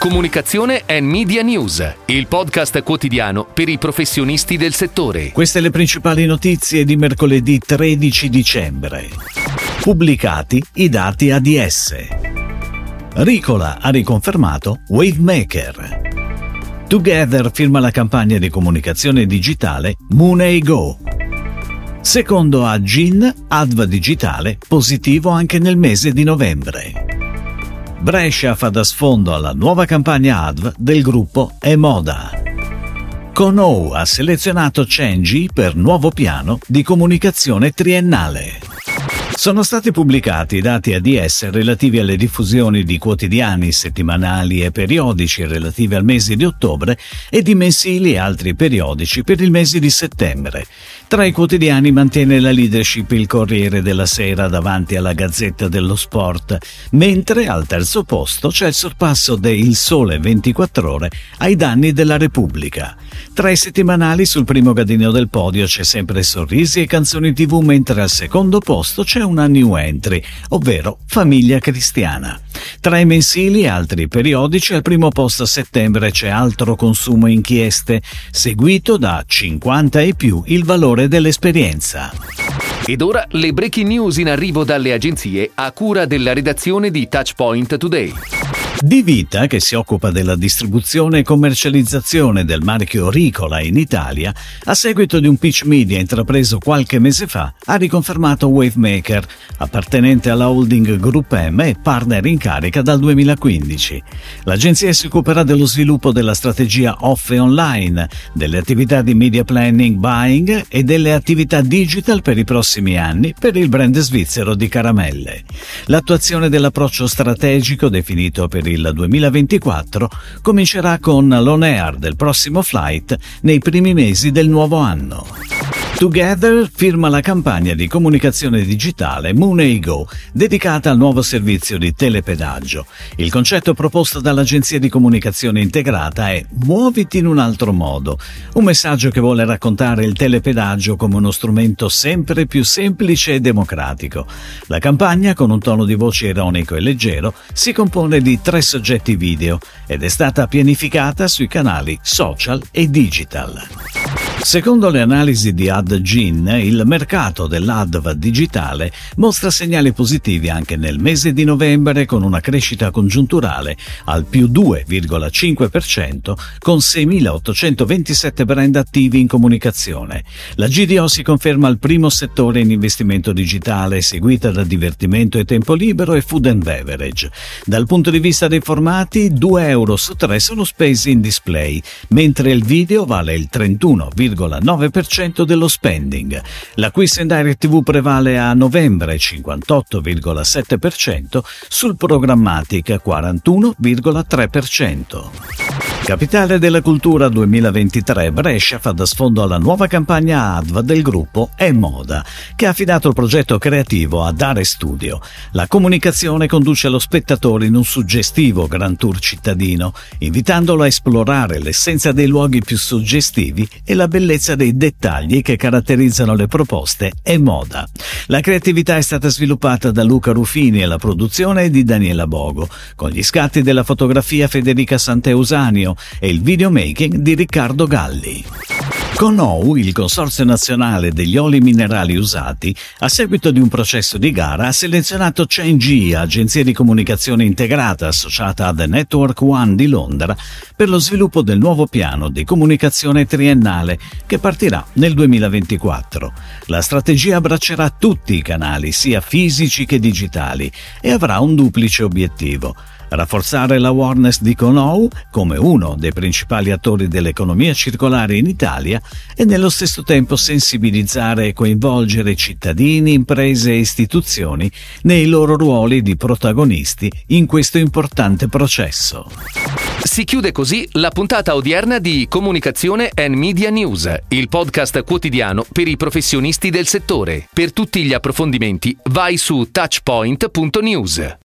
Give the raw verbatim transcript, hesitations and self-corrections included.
Comunicazione and Media News, il podcast quotidiano per i professionisti del settore. Queste le principali notizie di mercoledì tredici dicembre. Pubblicati i dati A D S. Ricola ha riconfermato Wavemaker. Together firma la campagna di comunicazione digitale Money Go. Secondo a Gin, A D V digitale positivo anche nel mese di novembre. Brescia fa da sfondo alla nuova campagna A D V del gruppo Emoda. Conou ha selezionato Cengi per nuovo piano di comunicazione triennale. Sono stati pubblicati i dati A D S relativi alle diffusioni di quotidiani, settimanali e periodici relativi al mese di ottobre e di mensili e altri periodici per il mese di settembre. Tra i quotidiani mantiene la leadership il Corriere della Sera davanti alla Gazzetta dello Sport, mentre al terzo posto c'è il sorpasso de Il Sole ventiquattro Ore ai danni della Repubblica. Tra i settimanali sul primo gradino del podio c'è sempre Sorrisi e Canzoni tivù, mentre al secondo posto c'è una new entry, ovvero Famiglia Cristiana. Tra i mensili e altri periodici al primo posto a settembre c'è Altro Consumo Inchieste, seguito da cinquanta e più il valore dell'esperienza. Ed ora le breaking news in arrivo dalle agenzie a cura della redazione di Touchpoint Today. Di Vita, che si occupa della distribuzione e commercializzazione del marchio Ricola in Italia, a seguito di un pitch media intrapreso qualche mese fa, ha riconfermato Wavemaker, appartenente alla holding Group M e partner in carica dal duemilaquindici. L'agenzia si occuperà dello sviluppo della strategia off e online, delle attività di media planning, buying e delle attività digital per i prossimi anni per il brand svizzero di caramelle. L'attuazione dell'approccio strategico definito per il duemilaventiquattro comincerà con l'on air del prossimo flight nei primi mesi del nuovo anno. Together firma la campagna di comunicazione digitale Money Go, dedicata al nuovo servizio di telepedaggio. Il concetto proposto dall'agenzia di comunicazione integrata è "muoviti in un altro modo", un messaggio che vuole raccontare il telepedaggio come uno strumento sempre più semplice e democratico. La campagna, con un tono di voce ironico e leggero, si compone di tre soggetti video ed è stata pianificata sui canali social e digital. Secondo le analisi di AdGin, il mercato dell'A D V digitale mostra segnali positivi anche nel mese di novembre, con una crescita congiunturale al più due virgola cinque per cento, con seimilaottocentoventisette brand attivi in comunicazione. La G D O si conferma il primo settore in investimento digitale, seguita da divertimento e tempo libero e food and beverage. Dal punto di vista dei formati, due euro su tre sono spesi in display, mentre il video vale il trentuno virgola nove per cento dello spending. L'acquisto in Direct tivù prevale a novembre cinquantotto virgola sette per cento, sul programmatic quarantuno virgola tre per cento. Capitale della Cultura duemilaventitré, Brescia fa da sfondo alla nuova campagna A D V del gruppo Emoda, che ha affidato il progetto creativo a Dare Studio. La comunicazione conduce lo spettatore in un suggestivo Grand Tour cittadino, invitandolo a esplorare l'essenza dei luoghi più suggestivi e la bellezza dei dettagli che caratterizzano le proposte Emoda. La creatività è stata sviluppata da Luca Ruffini e la produzione è di Daniela Bogo, con gli scatti della fotografia Federica Sant'Eusanio e il videomaking di Riccardo Galli. Conou, il Consorzio Nazionale degli Oli Minerali Usati, a seguito di un processo di gara, ha selezionato Cengi, agenzia di comunicazione integrata associata a The Network One di Londra, per lo sviluppo del nuovo piano di comunicazione triennale che partirà nel duemilaventiquattro. La strategia abbraccerà tutti i canali, sia fisici che digitali, e avrà un duplice obiettivo: rafforzare l'awareness di Conou come uno dei principali attori dell'economia circolare in Italia e nello stesso tempo sensibilizzare e coinvolgere cittadini, imprese e istituzioni nei loro ruoli di protagonisti in questo importante processo. Si chiude così la puntata odierna di Comunicazione and Media News, il podcast quotidiano per i professionisti del settore. Per tutti gli approfondimenti vai su touchpoint punto news.